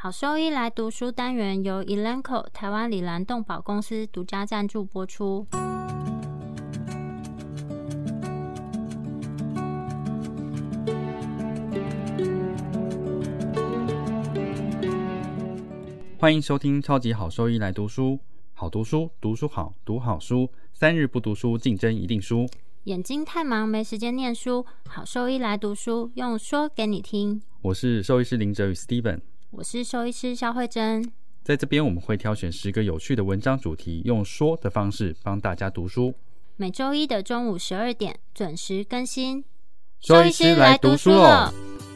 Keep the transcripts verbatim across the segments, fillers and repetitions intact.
好兽医来读书单元由 Elanco 台湾里兰动保公司独家赞助播出。 欢迎收听超级好兽医来读书，好读书，读书好，读好书，三日不读书，竞争一定输。 眼睛太忙没时间念书，好兽医来读书，用说给你听。 我是兽医师林哲宇 Steven， 我是兽医师肖慧珍。 在这边我们会挑选十个有趣的文章主题，用说的方式帮大家读书。 每周一的中午十二点准时更新。 兽医师来读书了。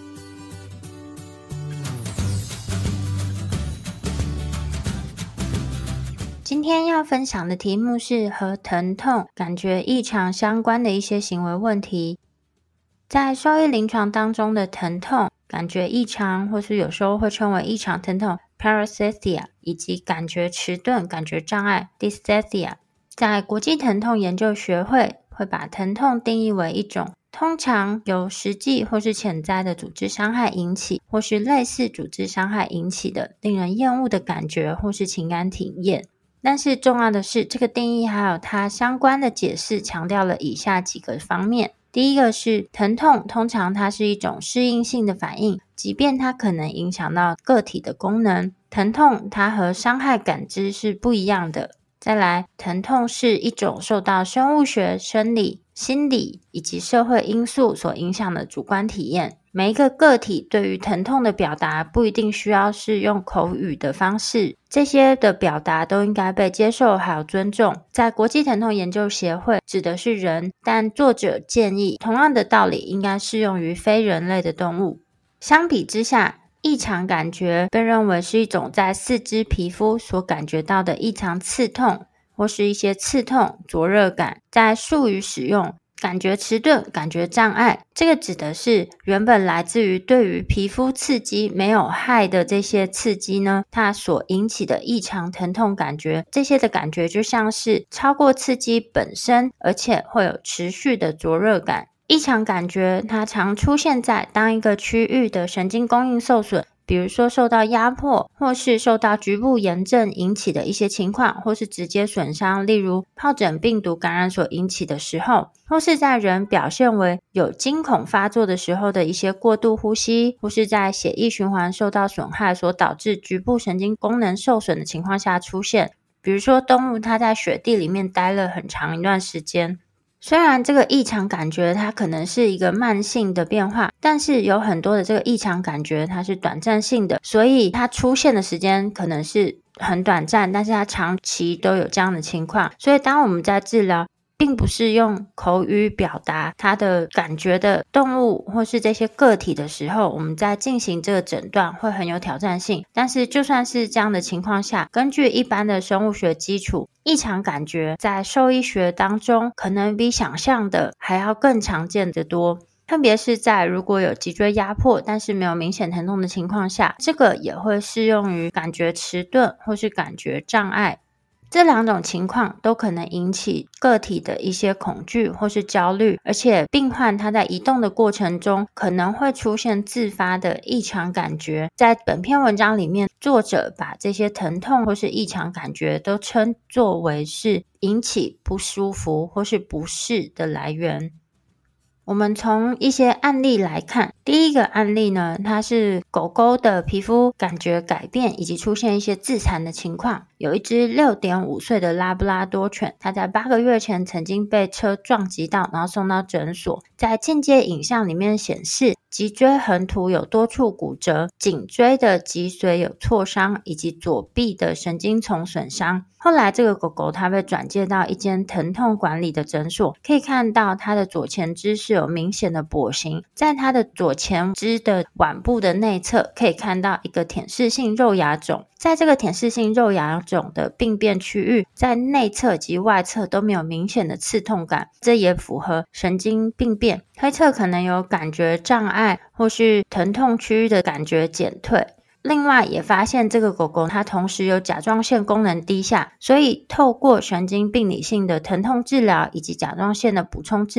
今天要分享的题目是和疼痛感觉异常相关的一些行为问题。在兽医临床当中的疼痛感觉异常，或是有时候会称为异常疼痛 Paresthesia， 以及感觉迟钝感觉障碍 Dysesthesia， 在国际疼痛研究学会会把疼痛定义为一种通常由实际或是潜在的组织伤害引起，或是类似组织伤害引起的令人厌恶的感觉或是情感体验。但是重要的是，这个定义还有它相关的解释强调了以下几个方面。第一个是疼痛通常它是一种适应性的反应，即便它可能影响到个体的功能，疼痛它和伤害感知是不一样的。再来，疼痛是一种受到生物学、生理、心理以及社会因素所影响的主观体验。每一个个体对于疼痛的表达不一定需要是用口语的方式，这些的表达都应该被接受还有尊重。在国际疼痛研究协会指的是人，但作者建议同样的道理应该适用于非人类的动物。相比之下，异常感觉被认为是一种在四肢皮肤所感觉到的异常刺痛，或是一些刺痛、灼热感。在术语使用感觉迟钝感觉障碍，这个指的是原本来自于对于皮肤刺激没有害的这些刺激呢，它所引起的异常疼痛感觉，这些的感觉就像是超过刺激本身，而且会有持续的灼热感。异常感觉它常出现在当一个区域的神经供应受损，比如说受到压迫，或是受到局部炎症引起的一些情况，或是直接损伤，例如疱疹病毒感染所引起的时候，或是在人表现为有惊恐发作的时候的一些过度呼吸，或是在血液循环受到损害所导致局部神经功能受损的情况下出现。比如说动物它在雪地里面待了很长一段时间。虽然这个异常感觉它可能是一个慢性的变化，但是有很多的这个异常感觉它是短暂性的，所以它出现的时间可能是很短暂，但是它长期都有这样的情况。所以当我们在治疗并不是用口语表达它的感觉的动物或是这些个体的时候，我们在进行这个诊断会很有挑战性。但是就算是这样的情况下，根据一般的生物学基础，异常感觉在兽医学当中可能比想象的还要更常见得多。特别是在如果有脊椎压迫但是没有明显疼痛的情况下，这个也会适用于感觉迟钝或是感觉障碍。这两种情况都可能引起个体的一些恐惧或是焦虑，而且病患他在移动的过程中可能会出现自发的异常感觉。在本篇文章里面，作者把这些疼痛或是异常感觉都称作为是引起不舒服或是不适的来源。我们从一些案例来看，第一个案例呢，它是狗狗的皮肤感觉改变以及出现一些自残的情况。有一只 六点五岁的拉布拉多犬，它在八个月前曾经被车撞击到，然后送到诊所。在间接影像里面显示，脊椎横突有多处骨折，颈椎的脊髓有挫伤，以及左臂的神经丛损伤。后来这个狗狗它被转介到一间疼痛管理的诊所，可以看到它的左前肢是有明显的跛行，在它的左前肢的腕部的内侧可以看到一个舔舐性肉芽肿。在这个舔舐性肉芽肿的病变区域，在内侧及外侧都没有明显的刺痛感，这也符合神经病变，推测可能有感觉障碍或是疼痛区域的感觉减退。另外也发现这个狗狗它同时有甲状腺功能低下，所以透过神经病理性的疼痛治疗以及甲状腺的补充治疗，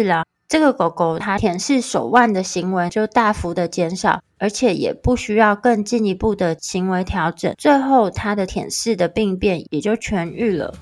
这个狗狗它舔舐手腕的行为就大幅的减少，而且也不需要更进一步的行为调整，最后它的舔舐的病变也就痊愈了。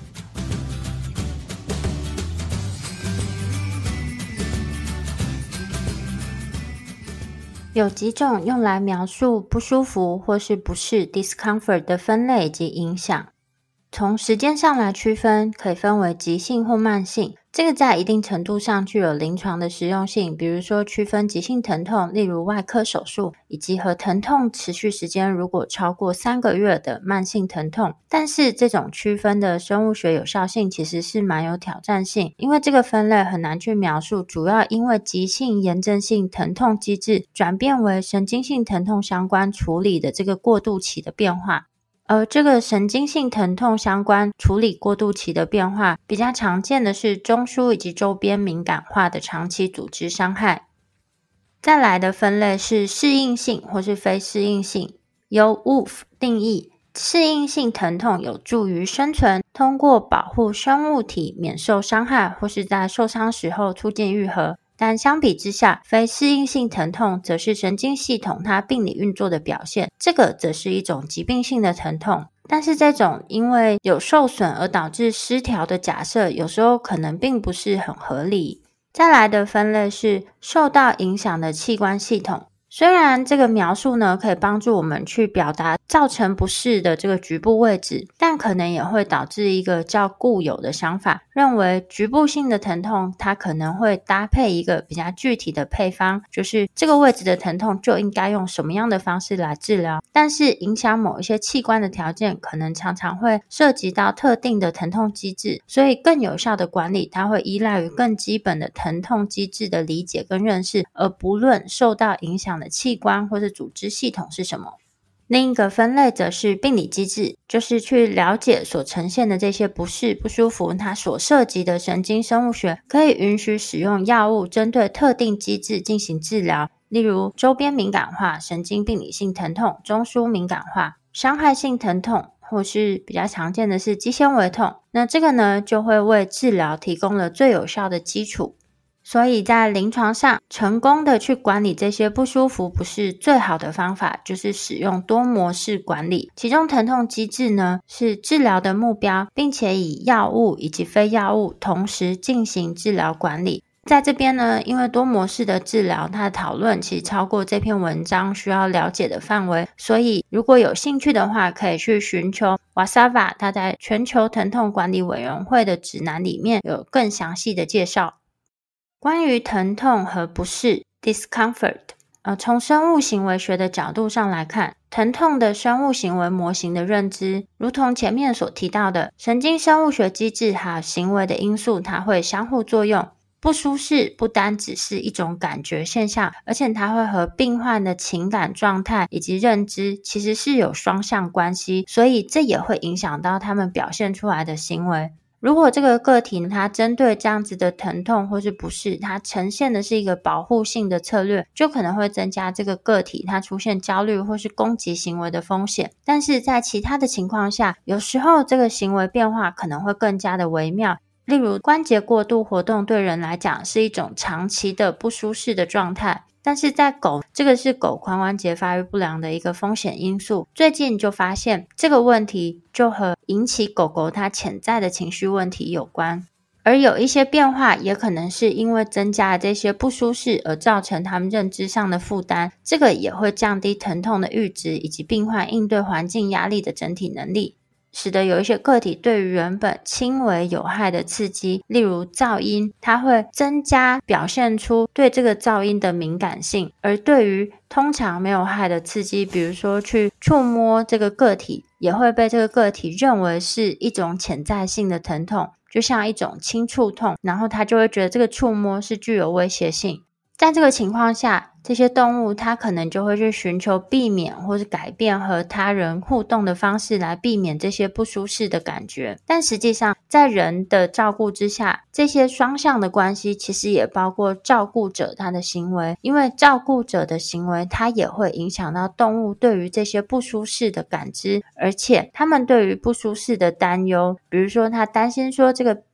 有几种用来描述不舒服或是不适 discomfort 的分类以及影响。从时间上来区分，可以分为急性或慢性，这个在一定程度上具有临床的实用性，比如说区分急性疼痛，例如外科手术，以及和疼痛持续时间如果超过三个月的慢性疼痛。但是这种区分的生物学有效性其实是蛮有挑战性，因为这个分类很难去描述主要因为急性炎症性疼痛机制转变为神经性疼痛相关处理的这个过渡期的变化。而这个神经性疼痛相关处理过渡期的变化，比较常见的是中枢以及周边敏感化的长期组织伤害。再来的分类是适应性或是非适应性，由 Wolf 定义，适应性疼痛有助于生存，通过保护生物体免受伤害，或是在受伤时候促进愈合。但相比之下，非适应性疼痛则是神经系统它病理运作的表现，这个则是一种疾病性的疼痛。但是这种因为有受损而导致失调的假设，有时候可能并不是很合理。再来的分类是受到影响的器官系统。虽然这个描述呢可以帮助我们去表达造成不适的这个局部位置，但可能也会导致一个较固有的想法，认为局部性的疼痛它可能会搭配一个比较具体的配方，就是这个位置的疼痛就应该用什么样的方式来治疗。但是影响某一些器官的条件可能常常会涉及到特定的疼痛机制，所以更有效的管理它会依赖于更基本的疼痛机制的理解跟认识，而不论受到影响的器官或是组织系统是什么。另一个分类则是病理机制，就是去了解所呈现的这些不适不舒服，它所涉及的神经生物学可以允许使用药物针对特定机制进行治疗，例如周边敏感化、神经病理性疼痛、中枢敏感化、伤害性疼痛，或是比较常见的是肌纤维痛。那这个呢，就会为治疗提供了最有效的基础。所以在临床上，成功的去管理这些不舒服不是最好的方法，就是使用多模式管理。其中疼痛机制呢是治疗的目标，并且以药物以及非药物同时进行治疗管理。在这边呢，因为多模式的治疗，它的讨论其实超过这篇文章需要了解的范围，所以如果有兴趣的话，可以去寻求 Wasava 它在全球疼痛管理委员会的指南里面有更详细的介绍。关于疼痛和不适 discomfort， 呃，从生物行为学的角度上来看，疼痛的生物行为模型的认知，如同前面所提到的，神经生物学机制还有行为的因素，它会相互作用。不舒适不单只是一种感觉现象，而且它会和病患的情感状态以及认知其实是有双向关系，所以这也会影响到他们表现出来的行为。如果这个个体它针对这样子的疼痛或是不适，它呈现的是一个保护性的策略，就可能会增加这个个体它出现焦虑或是攻击行为的风险。但是在其他的情况下，有时候这个行为变化可能会更加的微妙。例如关节过度活动对人来讲是一种长期的不舒适的状态，但是在狗，这个是狗髋关节发育不良的一个风险因素。最近就发现这个问题就和引起狗狗它潜在的情绪问题有关，而有一些变化也可能是因为增加了这些不舒适而造成他们认知上的负担，这个也会降低疼痛的阈值以及病患应对环境压力的整体能力，使得有一些个体对于原本轻微有害的刺激，例如噪音，它会增加表现出对这个噪音的敏感性，而对于通常没有害的刺激，比如说去触摸这个个体，也会被这个个体认为是一种潜在性的疼痛，就像一种轻触痛，然后他就会觉得这个触摸是具有威胁性。在这个情况下，这些动物它可能就会去寻求避免或是改变和他人互动的方式来避免这些不舒适的感觉。但实际上在人的照顾之下，这些双向的关系其实也包括照顾者他的行为，因为照顾者的行为它也会影响到动物对于这些不舒适的感知，而且他们对于不舒适的担忧，比如说他担心说这个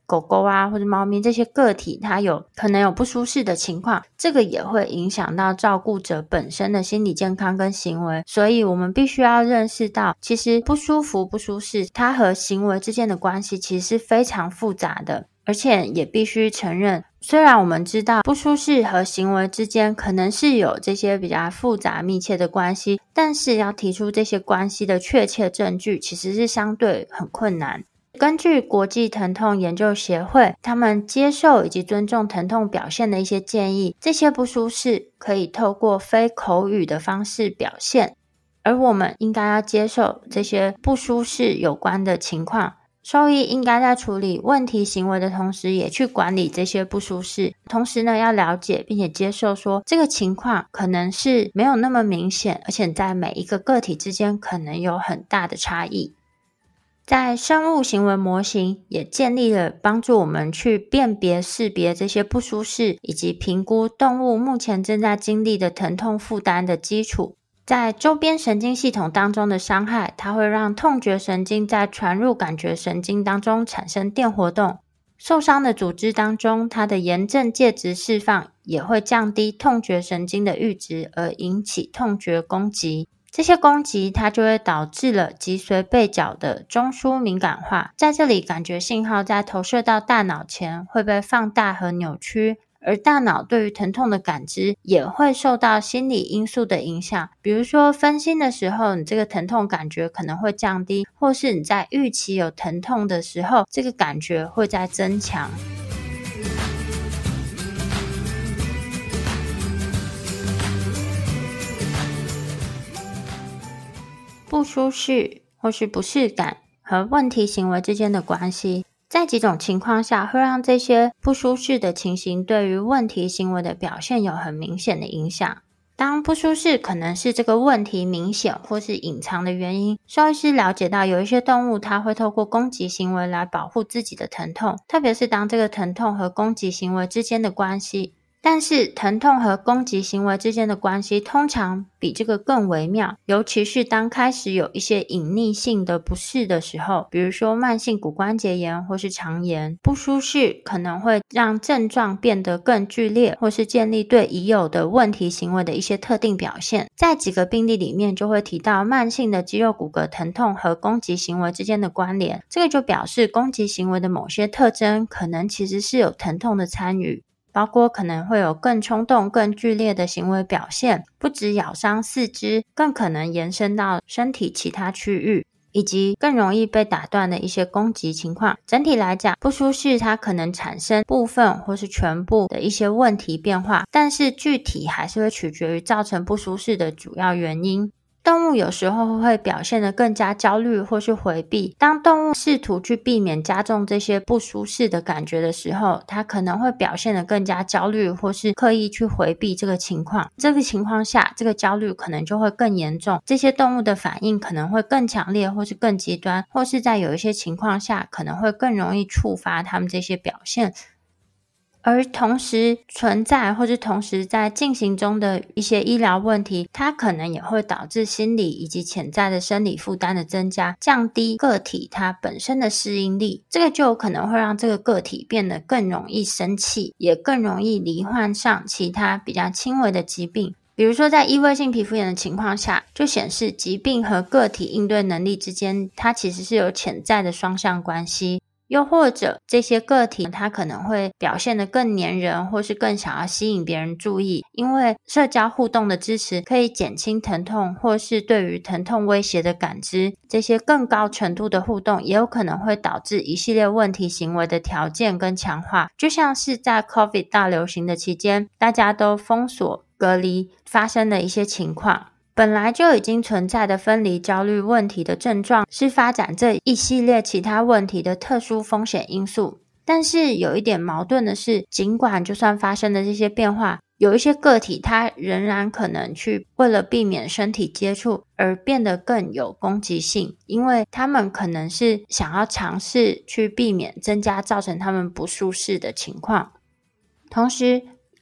狗狗啊或者猫咪这些个体它有可能有不舒适的情况，这个也会影响到照顾者本身的心理健康跟行为，所以我们必须要认识到，其实不舒服不舒适它和行为之间的关系其实是非常复杂的，而且也必须承认，虽然我们知道不舒适和行为之间可能是有这些比较复杂密切的关系，但是要提出这些关系的确切证据其实是相对很困难。根据国际疼痛研究协会，他们接受以及尊重疼痛表现的一些建议，这些不舒适可以透过非口语的方式表现，而我们应该要接受这些不舒适有关的情况。兽医应该在处理问题行为的同时，也去管理这些不舒适，同时呢，要了解并且接受说这个情况可能是没有那么明显，而且在每一个个体之间可能有很大的差异。在生物行为模型也建立了帮助我们去辨别识别这些不舒适，以及评估动物目前正在经历的疼痛负担的基础。在周边神经系统当中的伤害，它会让痛觉神经在传入感觉神经当中产生电活动，受伤的组织当中，它的炎症介质释放也会降低痛觉神经的阈值，而引起痛觉攻击。这些攻击它就会导致了脊髓背角的中枢敏感化，在这里感觉信号在投射到大脑前会被放大和扭曲，而大脑对于疼痛的感知也会受到心理因素的影响，比如说分心的时候，你这个疼痛感觉可能会降低，或是你在预期有疼痛的时候，这个感觉会在增强。不舒适或是不适感和问题行为之间的关系，在几种情况下会让这些不舒适的情形对于问题行为的表现有很明显的影响。当不舒适可能是这个问题明显或是隐藏的原因，兽医师了解到有一些动物它会透过攻击行为来保护自己的疼痛，特别是当这个疼痛和攻击行为之间的关系。但是疼痛和攻击行为之间的关系通常比这个更微妙，尤其是当开始有一些隐匿性的不适的时候，比如说慢性骨关节炎或是肠炎，不舒适可能会让症状变得更剧烈，或是建立对已有的问题行为的一些特定表现。在几个病例里面就会提到慢性的肌肉骨骼疼痛和攻击行为之间的关联，这个就表示攻击行为的某些特征可能其实是有疼痛的参与，包括可能会有更冲动、更剧烈的行为表现，不止咬伤四肢，更可能延伸到身体其他区域，以及更容易被打断的一些攻击情况。整体来讲，不舒适它可能产生部分或是全部的一些问题变化，但是具体还是会取决于造成不舒适的主要原因。动物有时候会表现得更加焦虑或是回避，当动物试图去避免加重这些不舒适的感觉的时候，它可能会表现得更加焦虑或是刻意去回避这个情况。这个情况下，这个焦虑可能就会更严重，这些动物的反应可能会更强烈或是更极端，或是在有一些情况下可能会更容易触发它们这些表现。而同时存在或是同时在进行中的一些医疗问题，它可能也会导致心理以及潜在的生理负担的增加，降低个体它本身的适应力，这个就有可能会让这个个体变得更容易生气，也更容易罹患上其他比较轻微的疾病。比如说在异位性皮肤炎的情况下，就显示疾病和个体应对能力之间它其实是有潜在的双向关系。又或者这些个体它可能会表现得更黏人，或是更想要吸引别人注意，因为社交互动的支持可以减轻疼痛或是对于疼痛威胁的感知，这些更高程度的互动也有可能会导致一系列问题行为的条件跟强化。就像是在 COVID 大流行的期间，大家都封锁隔离发生的一些情况，本来就已经存在的分离焦虑问题的症状，是发展这一系列其他问题的特殊风险因素。但是有一点矛盾的是，尽管就算发生的这些变化，有一些个体它仍然可能去为了避免身体接触而变得更有攻击性，因为他们可能是想要尝试去避免增加造成他们不舒适的情况。同时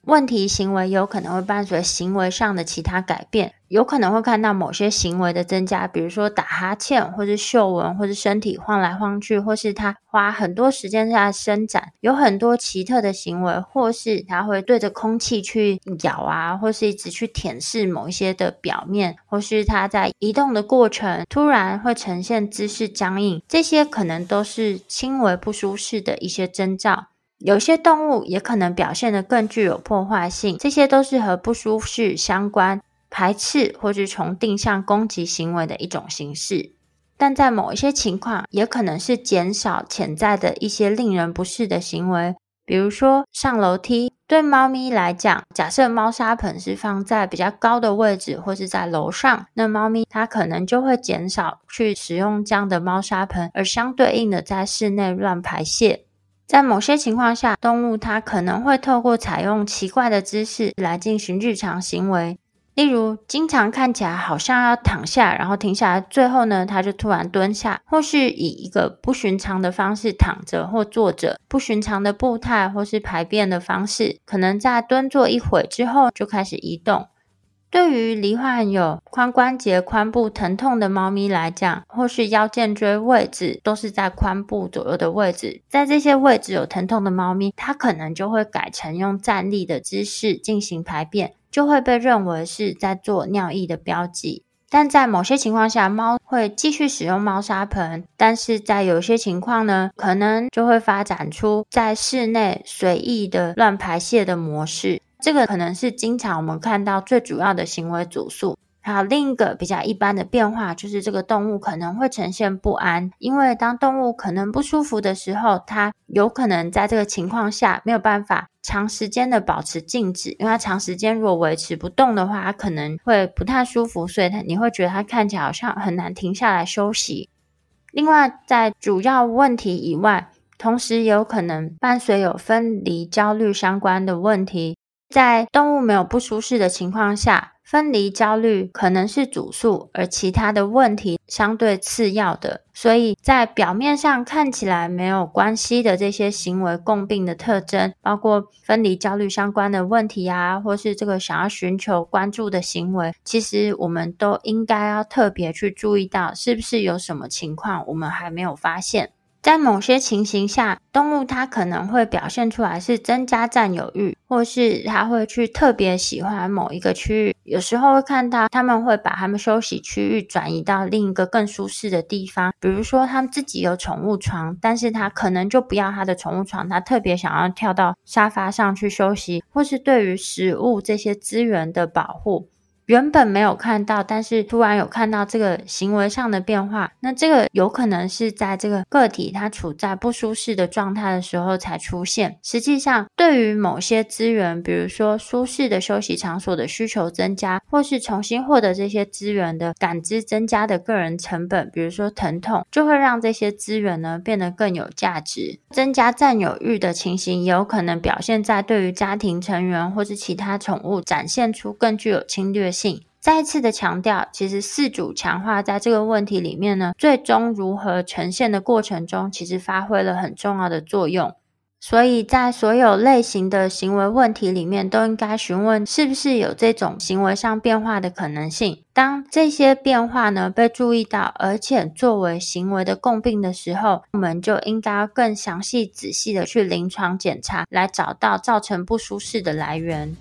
问题行为有可能会伴随行为上的其他改变，有可能会看到某些行为的增加，比如说打哈欠，或是嗅闻，或是身体晃来晃去，或是他花很多时间在伸展，有很多奇特的行为，或是他会对着空气去咬啊，或是一直去舔舐某一些的表面，或是他在移动的过程突然会呈现姿势僵硬，这些可能都是轻微不舒适的一些征兆。有些动物也可能表现得更具有破坏性，这些都是和不舒适相关，排斥或是从定向攻击行为的一种形式。但在某一些情况，也可能是减少潜在的一些令人不适的行为，比如说上楼梯。对猫咪来讲，假设猫砂盆是放在比较高的位置或是在楼上，那猫咪它可能就会减少去使用这样的猫砂盆，而相对应的在室内乱排泄。在某些情况下，动物它可能会透过采用奇怪的姿势来进行日常行为，例如经常看起来好像要躺下，然后停下来，最后呢它就突然蹲下，或是以一个不寻常的方式躺着或坐着，不寻常的步态或是排便的方式，可能在蹲坐一会之后就开始移动。对于罹患有髋关节髋部疼痛的猫咪来讲，或是腰肩椎位置都是在髋部左右的位置，在这些位置有疼痛的猫咪，它可能就会改成用站立的姿势进行排便，就会被认为是在做尿液的标记。但在某些情况下，猫会继续使用猫砂盆，但是在有些情况呢，可能就会发展出在室内随意的乱排泄的模式。这个可能是经常我们看到最主要的行为组数。还有另一个比较一般的变化，就是这个动物可能会呈现不安，因为当动物可能不舒服的时候，它有可能在这个情况下没有办法长时间的保持静止，因为它长时间如果维持不动的话，它可能会不太舒服，所以你会觉得它看起来好像很难停下来休息。另外，在主要问题以外，同时也有可能伴随有分离焦虑相关的问题。在动物没有不舒适的情况下，分离焦虑可能是主诉，而其他的问题相对次要的。所以在表面上看起来没有关系的这些行为共病的特征，包括分离焦虑相关的问题啊，或是这个想要寻求关注的行为，其实我们都应该要特别去注意到，是不是有什么情况我们还没有发现。在某些情形下，动物它可能会表现出来是增加占有欲，或是它会去特别喜欢某一个区域。有时候会看到他们会把他们休息区域转移到另一个更舒适的地方，比如说他们自己有宠物床，但是他可能就不要他的宠物床，他特别想要跳到沙发上去休息，或是对于食物这些资源的保护。原本没有看到，但是突然有看到这个行为上的变化，那这个有可能是在这个个体它处在不舒适的状态的时候才出现。实际上，对于某些资源，比如说舒适的休息场所的需求增加，或是重新获得这些资源的感知增加的个人成本，比如说疼痛，就会让这些资源呢变得更有价值。增加占有欲的情形也有可能表现在对于家庭成员或是其他宠物展现出更具有侵略性。再一次的强调，其实饲主强化在这个问题里面呢，最终如何呈现的过程中，其实发挥了很重要的作用。所以在所有类型的行为问题里面，都应该询问是不是有这种行为上变化的可能性。当这些变化呢被注意到，而且作为行为的共病的时候，我们就应该更详细仔细的去临床检查，来找到造成不舒适的来源。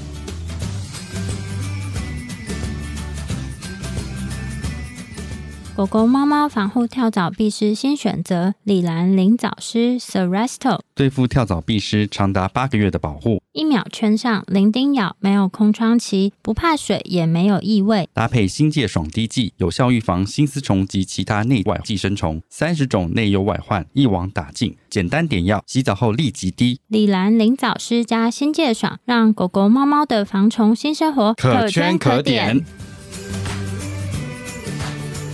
狗狗、猫猫防护跳蚤必虱新选择李兰灵藻虱 Seresto， 对付跳蚤必虱长达八个月的保护， 一秒圈上，零叮咬，没有空窗期，不怕水，也没有异味。 搭配新界爽滴剂，有效预防新丝虫及其他内外寄生虫，三十种内忧外患一网打尽，简单点药，洗澡后立即滴。 李兰灵藻虱加新界爽，让狗狗、猫猫的防虫新生活可圈可点。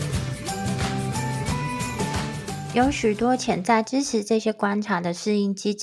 有许多潜在支持这些观察的适应机制，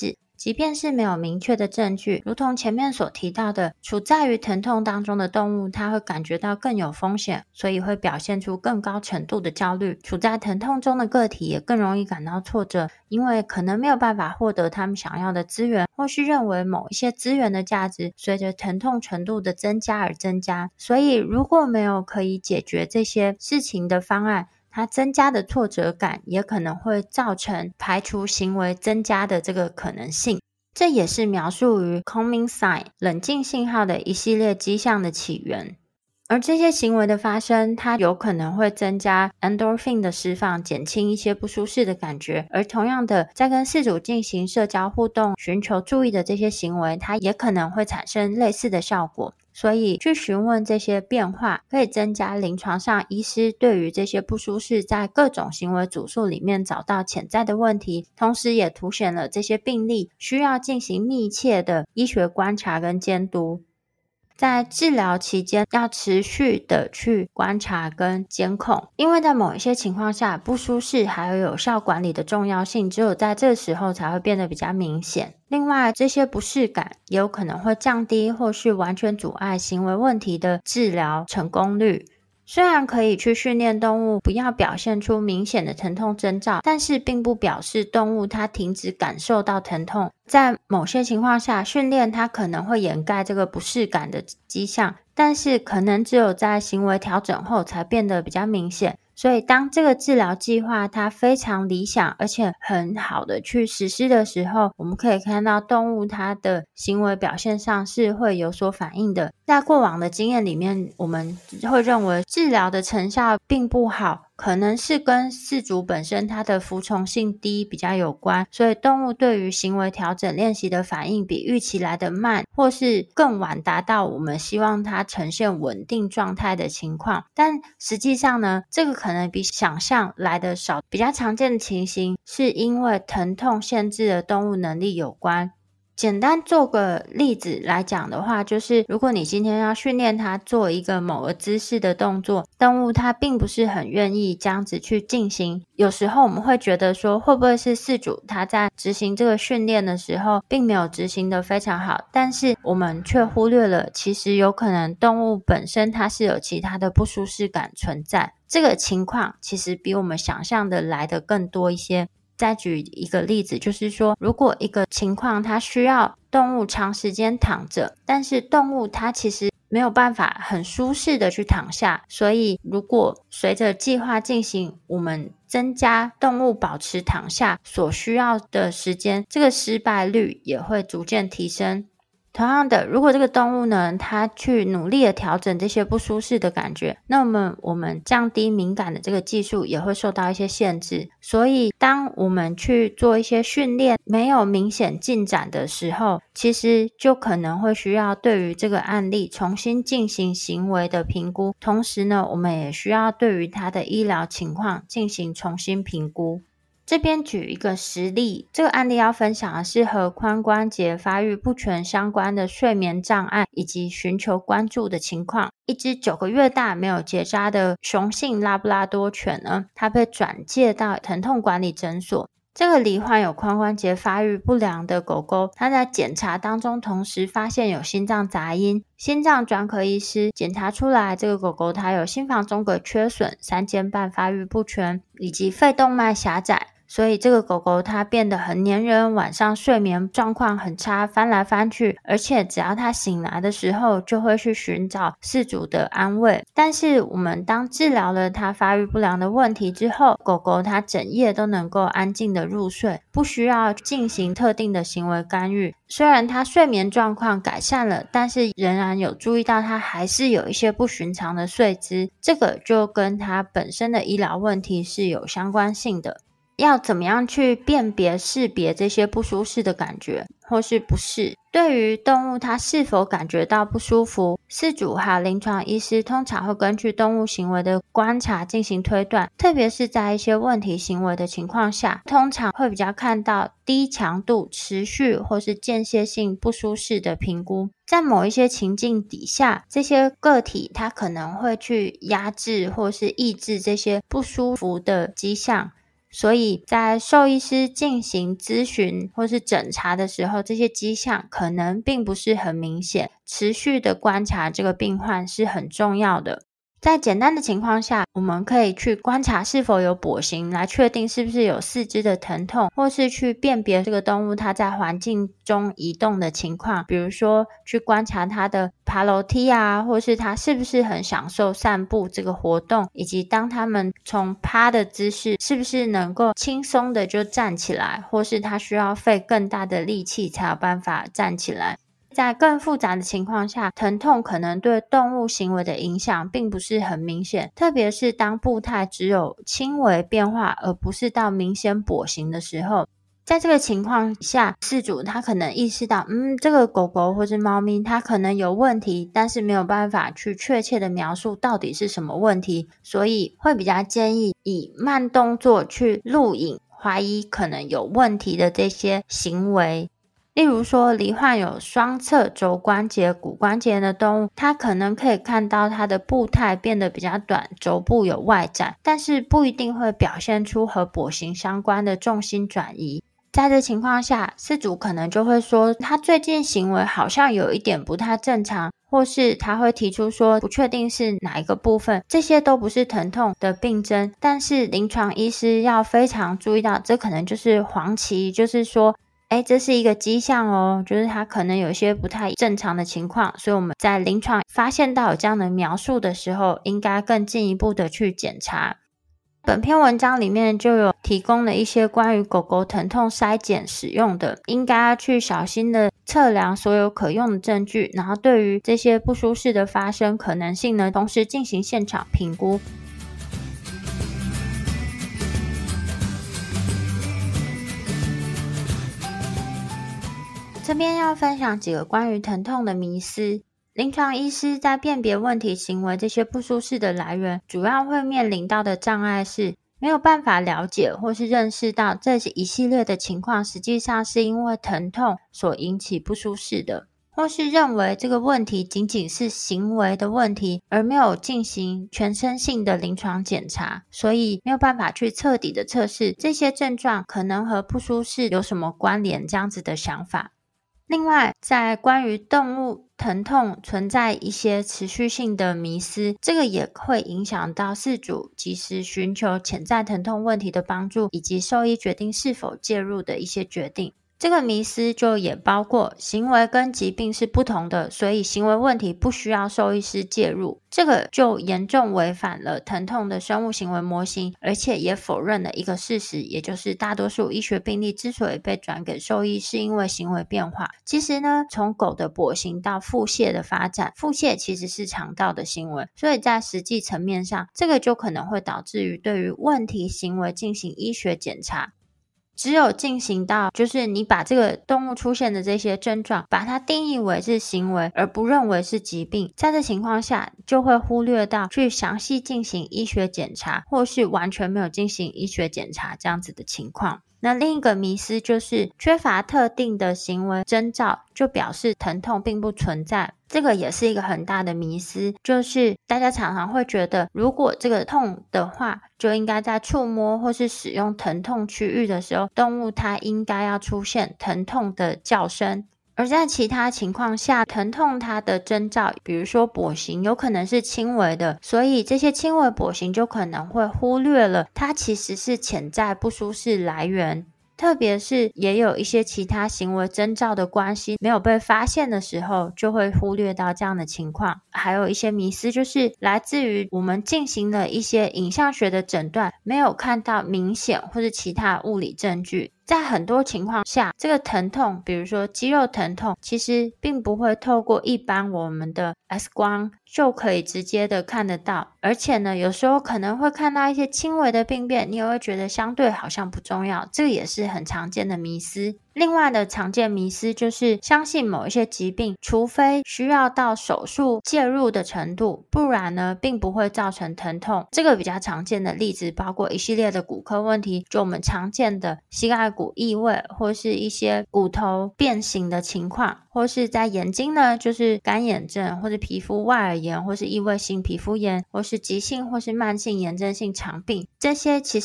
即便是没有明确的证据，如同前面所提到的，处在于疼痛当中的动物，它会感觉到更有风险，所以会表现出更高程度的焦虑。处在疼痛中的个体也更容易感到挫折，因为可能没有办法获得他们想要的资源，或是认为某一些资源的价值随着疼痛程度的增加而增加。所以如果没有可以解决这些事情的方案，它增加的挫折感也可能会造成排除行为增加的这个可能性。这也是描述于 calming sign 冷静信号的一系列迹象的起源。而这些行为的发生，它有可能会增加 endorphin 的释放，减轻一些不舒适的感觉。而同样的，在跟饲主进行社交互动、寻求注意的这些行为，它也可能会产生类似的效果。所以去询问这些变化，可以增加临床上医师对于这些不舒适在各种行为组数里面找到潜在的问题，同时也凸显了这些病例需要进行密切的医学观察跟监督。在治疗期间要持续的去观察跟监控，因为在某一些情况下，不舒适还有有效管理的重要性只有在这时候才会变得比较明显。另外，这些不适感也有可能会降低或是完全阻碍行为问题的治疗成功率。虽然可以去训练动物不要表现出明显的疼痛征兆，但是并不表示动物它停止感受到疼痛。在某些情况下，训练它可能会掩盖这个不适感的迹象，但是可能只有在行为调整后才变得比较明显。所以当这个治疗计划它非常理想而且很好的去实施的时候，我们可以看到动物它的行为表现上是会有所反应的。在过往的经验里面，我们会认为治疗的成效并不好，可能是跟饲主本身它的服从性低比较有关，所以动物对于行为调整练习的反应比预期来的慢，或是更晚达到我们希望它呈现稳定状态的情况。但实际上呢，这个可能比想象来的少。比较常见的情形是因为疼痛限制了动物能力有关。简单做个例子来讲的话，就是如果你今天要训练它做一个某个姿势的动作，动物它并不是很愿意这样子去进行。有时候我们会觉得说，会不会是饲主他在执行这个训练的时候并没有执行得非常好，但是我们却忽略了其实有可能动物本身它是有其他的不舒适感存在。这个情况其实比我们想象的来得更多一些。再举一个例子，就是说如果一个情况它需要动物长时间躺着，但是动物它其实没有办法很舒适的去躺下，所以如果随着计划进行，我们增加动物保持躺下所需要的时间，这个失败率也会逐渐提升。同样的，如果这个动物呢，它去努力的调整这些不舒适的感觉，那么我们降低敏感的这个技术也会受到一些限制。所以当我们去做一些训练没有明显进展的时候，其实就可能会需要对于这个案例重新进行行为的评估，同时呢，我们也需要对于它的医疗情况进行重新评估。这边举一个实例，这个案例要分享的是和髋关节发育不全相关的睡眠障碍以及寻求关注的情况。一只九个月大没有结扎的雄性拉布拉多犬呢，它被转介到疼痛管理诊所。这个罹患有髋关节发育不良的狗狗，它在检查当中同时发现有心脏杂音，心脏专科医师检查出来这个狗狗它有心房中隔缺损、三尖瓣发育不全以及肺动脉狭窄，所以这个狗狗它变得很黏人，晚上睡眠状况很差，翻来翻去，而且只要它醒来的时候就会去寻找饲主的安慰。但是我们当治疗了它发育不良的问题之后，狗狗它整夜都能够安静的入睡，不需要进行特定的行为干预。虽然它睡眠状况改善了，但是仍然有注意到它还是有一些不寻常的睡姿，这个就跟它本身的医疗问题是有相关性的。要怎么样去辨别识别这些不舒适的感觉或是不适？对于动物它是否感觉到不舒服，饲主还有临床医师通常会根据动物行为的观察进行推断，特别是在一些问题行为的情况下，通常会比较看到低强度、持续或是间歇性不舒适的评估。在某一些情境底下，这些个体它可能会去压制或是抑制这些不舒服的迹象。 所以在兽医师进行咨询或是诊查的时候，这些迹象可能并不是很明显，持续的观察这个病患是很重要的。在简单的情况下，我们可以去观察是否有跛行，来确定是不是有四肢的疼痛，或是去辨别这个动物它在环境中移动的情况，比如说去观察它的爬楼梯啊，或是它是不是很享受散步这个活动，以及当它们从趴的姿势是不是能够轻松的就站起来，或是它需要费更大的力气才有办法站起来。在更复杂的情况下，疼痛可能对动物行为的影响并不是很明显，特别是当步态只有轻微变化而不是到明显跛行的时候。在这个情况下，饲主他可能意识到嗯，这个狗狗或是猫咪它可能有问题，但是没有办法去确切的描述到底是什么问题，所以会比较建议以慢动作去录影怀疑可能有问题的这些行为。例如说罹患有双侧肘关节骨关节炎的动物，它可能可以看到它的步态变得比较短，肘部有外展，但是不一定会表现出和跛行相关的重心转移。在这情况下，饲主可能就会说他最近行为好像有一点不太正常，或是他会提出说不确定是哪一个部分，这些都不是疼痛的病症，但是临床医师要非常注意到，这可能就是黄旗，就是说诶，这是一个迹象哦，就是它可能有一些不太正常的情况，所以我们在临床发现到有这样的描述的时候，应该更进一步的去检查。本篇文章里面就有提供了一些关于狗狗疼痛筛检使用的，应该要去小心的测量所有可用的证据，然后对于这些不舒适的发生可能性呢，同时进行现场评估。这边要分享几个关于疼痛的迷思。临床医师在辨别问题行为这些不舒适的来源，主要会面临到的障碍是没有办法了解或是认识到这一系列的情况实际上是因为疼痛所引起不舒适的，或是认为这个问题仅仅是行为的问题，而没有进行全身性的临床检查，所以没有办法去彻底的测试这些症状可能和不舒适有什么关联这样子的想法。另外，在关于动物疼痛存在一些持续性的迷思，这个也会影响到饲主及时寻求潜在疼痛问题的帮助，以及兽医决定是否介入的一些决定。这个迷思就也包括行为跟疾病是不同的，所以行为问题不需要兽医师介入，这个就严重违反了疼痛的生物行为模型，而且也否认了一个事实，也就是大多数医学病例之所以被转给兽医是因为行为变化。其实呢，从狗的跛行到腹泻的发展，腹泻其实是肠道的行为，所以在实际层面上，这个就可能会导致于对于问题行为进行医学检查。只有进行到就是你把这个动物出现的这些症状把它定义为是行为而不认为是疾病，在这情况下就会忽略到去详细进行医学检查，或是完全没有进行医学检查这样子的情况。那另一个迷思就是缺乏特定的行为征兆就表示疼痛并不存在，这个也是一个很大的迷思，就是大家常常会觉得如果这个痛的话就应该在触摸或是使用疼痛区域的时候，动物它应该要出现疼痛的叫声。而在其他情况下，疼痛它的征兆比如说跛行有可能是轻微的，所以这些轻微跛行就可能会忽略了它其实是潜在不舒适来源，特别是也有一些其他行为征兆的关系没有被发现的时候，就会忽略到这样的情况。还有一些迷思就是来自于我们进行了一些影像学的诊断，没有看到明显或是其他物理证据。在很多情况下，这个疼痛比如说肌肉疼痛其实并不会透过一般我们的 X 光就可以直接的看得到，而且呢有时候可能会看到一些轻微的病变，你也会觉得相对好像不重要，这个也是很常见的迷思。另外的常见迷思就是相信某一些疾病除非需要到手术介入的程度，不然呢并不会造成疼痛。这个比较常见的例子包括一系列的骨科问题，就我们常见的膝盖骨异位，或是一些骨头变形的情况，或是在眼睛呢就是干眼症，或是皮肤外耳炎，或是异位性皮肤炎，或是急性或是慢性炎症性肠病，这些其实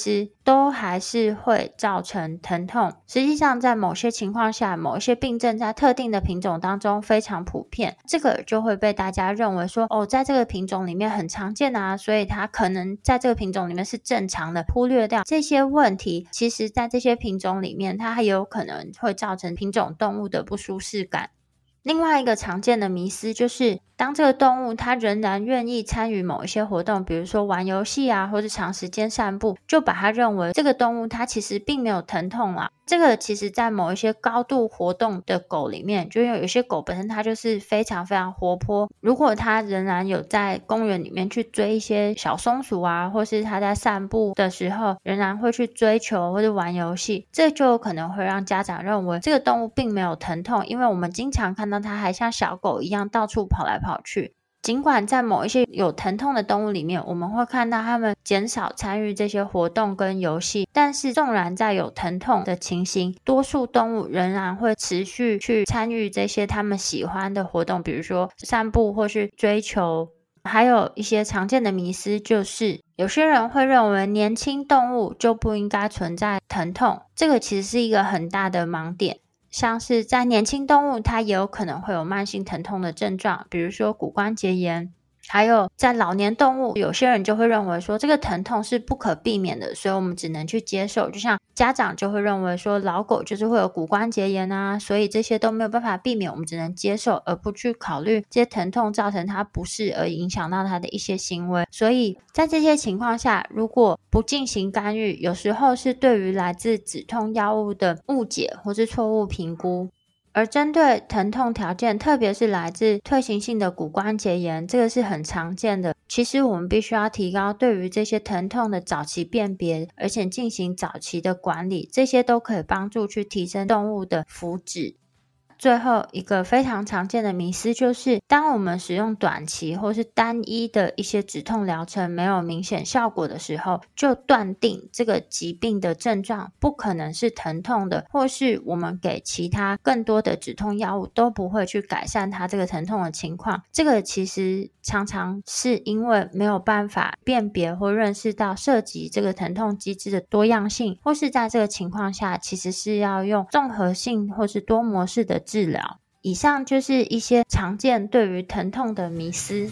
都还是会造成疼痛。实际上在某些情况下，某一些病症在特定的品种当中非常普遍，这个就会被大家认为说哦，在这个品种里面很常见啊，所以它可能在这个品种里面是正常的，忽略掉这些问题。其实在这些品种里面，它还有可能会造成品种动物的不舒适感。另外一个常见的迷思就是，当这个动物它仍然愿意参与某一些活动，比如说玩游戏啊，或是长时间散步，就把它认为这个动物它其实并没有疼痛啦。这个其实在某一些高度活动的狗里面，就有一些狗本身它就是非常非常活泼，如果它仍然有在公园里面去追一些小松鼠啊，或是它在散步的时候仍然会去追球或是玩游戏，这就有可能会让家长认为这个动物并没有疼痛，因为我们经常看到它还像小狗一样到处跑来跑去。尽管在某一些有疼痛的动物里面，我们会看到它们减少参与这些活动跟游戏，但是纵然在有疼痛的情形，多数动物仍然会持续去参与这些他们喜欢的活动，比如说散步或是追球。还有一些常见的迷思就是，有些人会认为年轻动物就不应该存在疼痛，这个其实是一个很大的盲点。像是在年轻动物，它也有可能会有慢性疼痛的症状，比如说骨关节炎。还有在老年动物，有些人就会认为说这个疼痛是不可避免的，所以我们只能去接受。就像家长就会认为说老狗就是会有骨关节炎啊，所以这些都没有办法避免，我们只能接受，而不去考虑这些疼痛造成它不适而影响到它的一些行为。所以在这些情况下，如果不进行干预，有时候是对于来自止痛药物的误解或是错误评估。而针对疼痛条件，特别是来自退行性的骨关节炎，这个是很常见的。其实我们必须要提高对于这些疼痛的早期辨别，而且进行早期的管理，这些都可以帮助去提升动物的福祉。最后一个非常常见的迷思就是，当我们使用短期或是单一的一些止痛疗程没有明显效果的时候，就断定这个疾病的症状不可能是疼痛的，或是我们给其他更多的止痛药物都不会去改善它这个疼痛的情况。这个其实常常是因为没有办法辨别或认识到涉及这个疼痛机制的多样性，或是在这个情况下其实是要用综合性或是多模式的治疗。以上就是一些常见对于疼痛的迷思。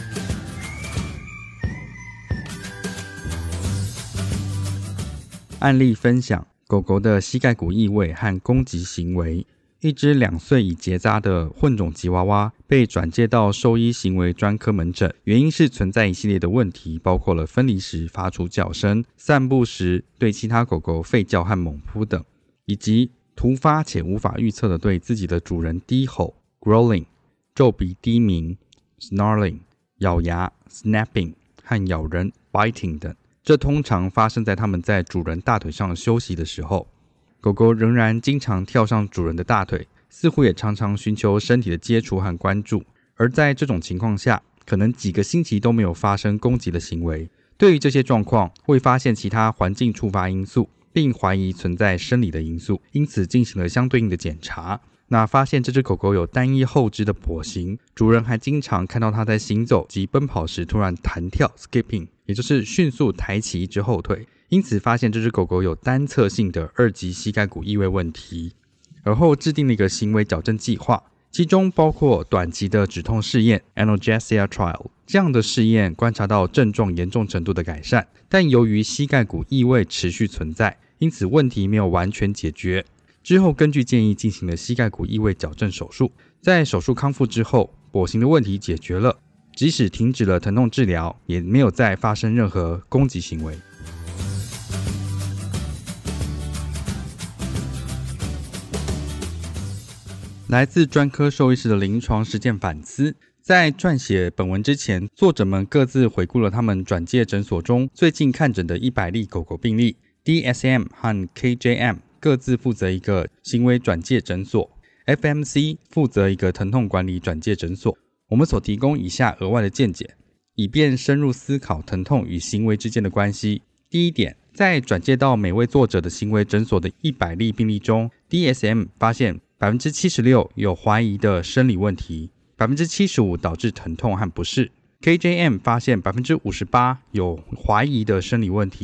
案例分享：狗狗的膝盖骨异位和攻击行为。一只两岁已结扎的混种吉娃娃被转介到兽医行为专科门诊，原因是存在一系列的问题，包括了分离时发出叫声、散步时对其他狗狗吠叫和猛扑等，以及突发且无法预测的对自己的主人低吼 growling、 皱鼻低鸣 snarling、 咬牙 snapping 和咬人 biting 等。这通常发生在它们在主人大腿上休息的时候。狗狗仍然经常跳上主人的大腿，似乎也常常寻求身体的接触和关注，而在这种情况下，可能几个星期都没有发生攻击的行为。对于这些状况，会发现其他环境触发因素，并怀疑存在生理的因素，因此进行了相对应的检查。那发现这只狗狗有单一后肢的跛行，主人还经常看到它在行走及奔跑时突然弹跳 skipping， 也就是迅速抬起一只后腿，因此发现这只狗狗有单侧性的二级膝盖骨异位问题。而后制定了一个行为矫正计划，其中包括短期的止痛试验 Analgesia Trial。 这样的试验观察到症状严重程度的改善，但由于膝盖骨异位持续存在，因此问题没有完全解决。之后根据建议进行了膝盖骨异位矫正手术，在手术康复之后，跛行的问题解决了，即使停止了疼痛治疗，也没有再发生任何攻击行为。来自专科兽医师的临床实践反思。在撰写本文之前，作者们各自回顾了他们转介诊所中最近看诊的一百例狗狗病例。 D S M 和 K J M 各自负责一个行为转介诊所， F M C 负责一个疼痛管理转介诊所。我们所提供以下额外的见解，以便深入思考疼痛与行为之间的关系。第一点，在转介到每位作者的行为诊所的一百例病例中， D S M 发现 百分之七十六 有怀疑的生理问题， 百分之七十五 导致疼痛和不适。 K J M 发现 百分之五十八 有怀疑的生理问题，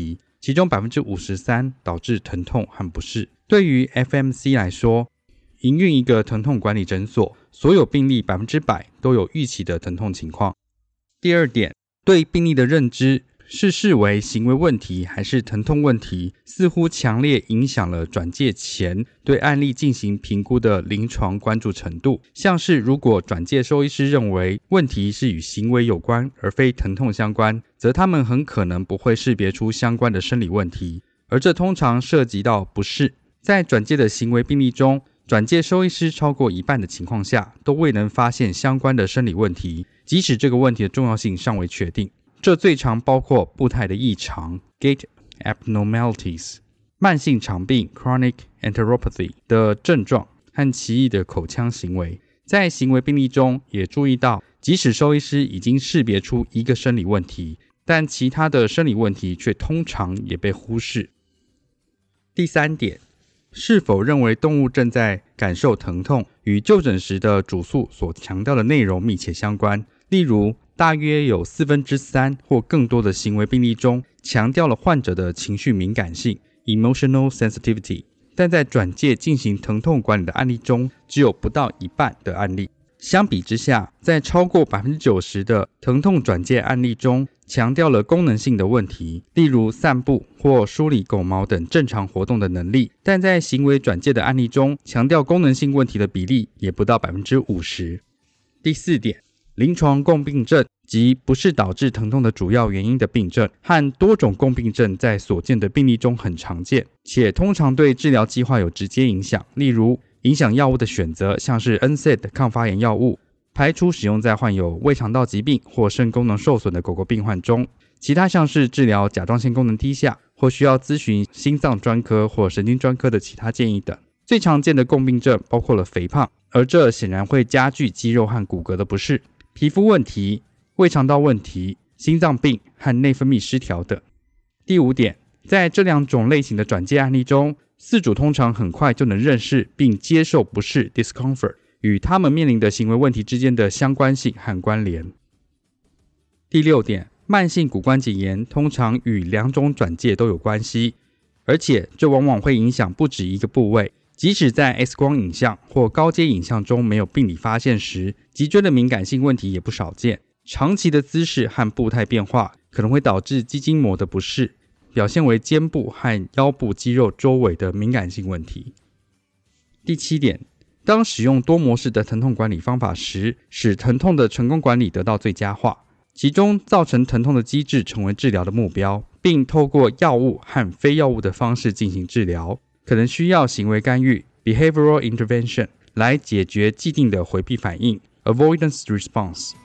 其中 百分之五十三 导致疼痛和不适。对于 F M C 来说，营运一个疼痛管理诊所，所有病例 百分之百 都有预期的疼痛情况。第二点，对病例的认知是视为行为问题还是疼痛问题，似乎强烈影响了转介前对案例进行评估的临床关注程度。像是如果转介兽医师认为问题是与行为有关而非疼痛相关，则他们很可能不会识别出相关的生理问题，而这通常涉及到不适。在转介的行为病例中，转介兽医师超过一半的情况下都未能发现相关的生理问题，即使这个问题的重要性尚未确定。这最常包括步态的异常 gait abnormalities、 慢性肠病 chronic enteropathy 的症状和奇异的口腔行为。在行为病例中也注意到，即使兽医师已经识别出一个生理问题，但其他的生理问题却通常也被忽视。第三点，是否认为动物正在感受疼痛与就诊时的主诉所强调的内容密切相关。例如，大约有四分之三或更多的行为病例中强调了患者的情绪敏感性 emotional sensitivity， 但在转介进行疼痛管理的案例中只有不到一半的案例。相比之下，在超过 百分之九十 的疼痛转介案例中强调了功能性的问题，例如散步或梳理狗毛等正常活动的能力，但在行为转介的案例中强调功能性问题的比例也不到 百分之五十。 第四点，临床共病症及不是导致疼痛的主要原因的病症和多种共病症在所见的病例中很常见，且通常对治疗计划有直接影响，例如影响药物的选择，像是 N SAID 抗发炎药物排除使用在患有胃肠道疾病或肾功能受损的狗狗病患中，其他像是治疗甲状腺功能低下或需要咨询心脏专科或神经专科的其他建议等。最常见的共病症包括了肥胖，而这显然会加剧肌肉和骨骼的不适，皮肤问题、胃肠道问题、心脏病和内分泌失调等。第五点，在这两种类型的转介案例中，饲主通常很快就能认识并接受不适 discomfort 与他们面临的行为问题之间的相关性和关联。第六点，慢性骨关节炎通常与两种转介都有关系，而且这往往会影响不止一个部位。即使在 X 光影像或高阶影像中没有病理发现时，脊椎的敏感性问题也不少见。长期的姿势和步态变化可能会导致肌筋膜的不适，表现为肩部和腰部肌肉周围的敏感性问题。第七点，当使用多模式的疼痛管理方法时，使疼痛的成功管理得到最佳化，其中造成疼痛的机制成为治疗的目标，并透过药物和非药物的方式进行治疗，可能需要行为干预 behavioral intervention 来解决既定的回避反应 avoidance response。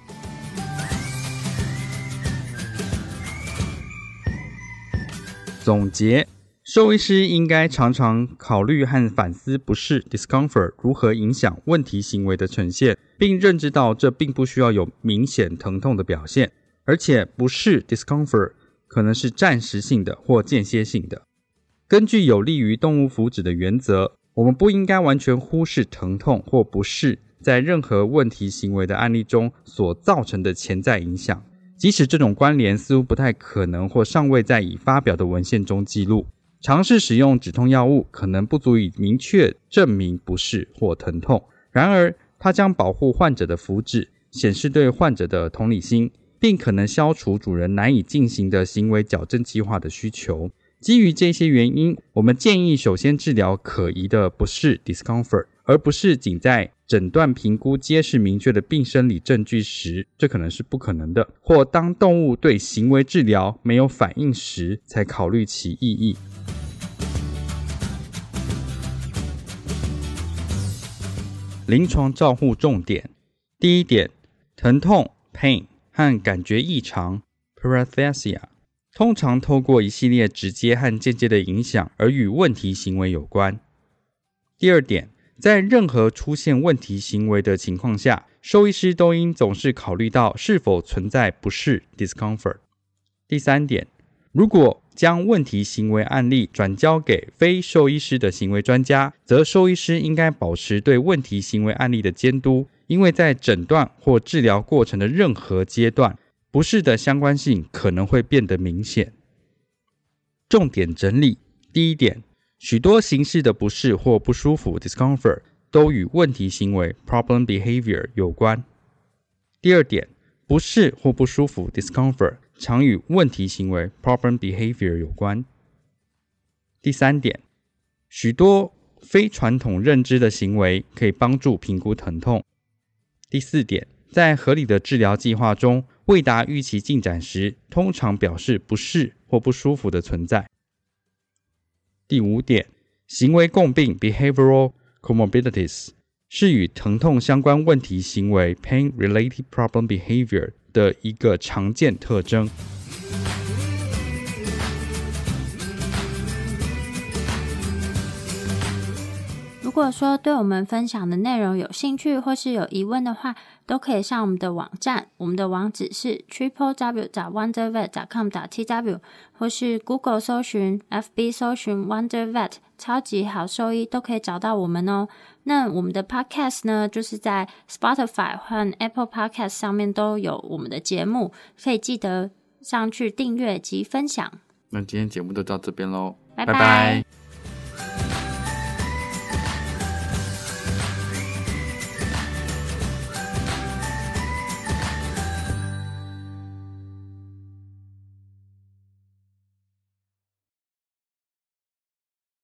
总结，兽医师应该常常考虑和反思不适 discomfort 如何影响问题行为的呈现，并认知到这并不需要有明显疼痛的表现，而且不适 discomfort 可能是暂时性的或间歇性的。根据有利于动物福祉的原则，我们不应该完全忽视疼痛或不适在任何问题行为的案例中所造成的潜在影响，即使这种关联似乎不太可能或尚未在已发表的文献中记录。尝试使用止痛药物可能不足以明确证明不适或疼痛，然而它将保护患者的福祉，显示对患者的同理心，并可能消除主人难以进行的行为矫正计划的需求。基于这些原因，我们建议首先治疗可疑的不适 discomfort， 而不是仅在诊断评估揭示明确的病生理证据时，这可能是不可能的，或当动物对行为治疗没有反应时才考虑其意义。临床照护重点。第一点，疼痛 pain 和感觉异常 paresthesia通常透过一系列直接和间接的影响而与问题行为有关。第二点，在任何出现问题行为的情况下，兽医师都应总是考虑到是否存在不适 discomfort。第三点，如果将问题行为案例转交给非兽医师的行为专家，则兽医师应该保持对问题行为案例的监督，因为在诊断或治疗过程的任何阶段，不适的相关性可能会变得明显。 重点整理。第一点，许多形式的不适或不舒服 discomfort 都与问题行为 problem behavior 有关。第二点，不适或不舒服 discomfort 常与问题行为 problem behavior 有关。第三点，许多非传统认知的行为可以帮助评估疼痛。第四点，在合理的治疗计划中，未达预期进展时，通常表示不适或不舒服的存在。第五点，行为共病 behavioral comorbidities 是与疼痛相关问题行为 pain-related problem behavior 的一个常见特征。 如果说对我们分享的内容有兴趣或是有疑问的话，都可以上我们的网站，我们的网址是 triple w 点 wondervet 点 com 点 t w 或是 Google 搜寻 F B 搜寻 wondervet 超级好兽医都可以找到我们哦。那我们的 podcast 呢，就是在 Spotify 和 Apple Podcast 上面都有我们的节目，可以记得上去订阅及分享。 那今天节目就到这边咯， 拜拜拜。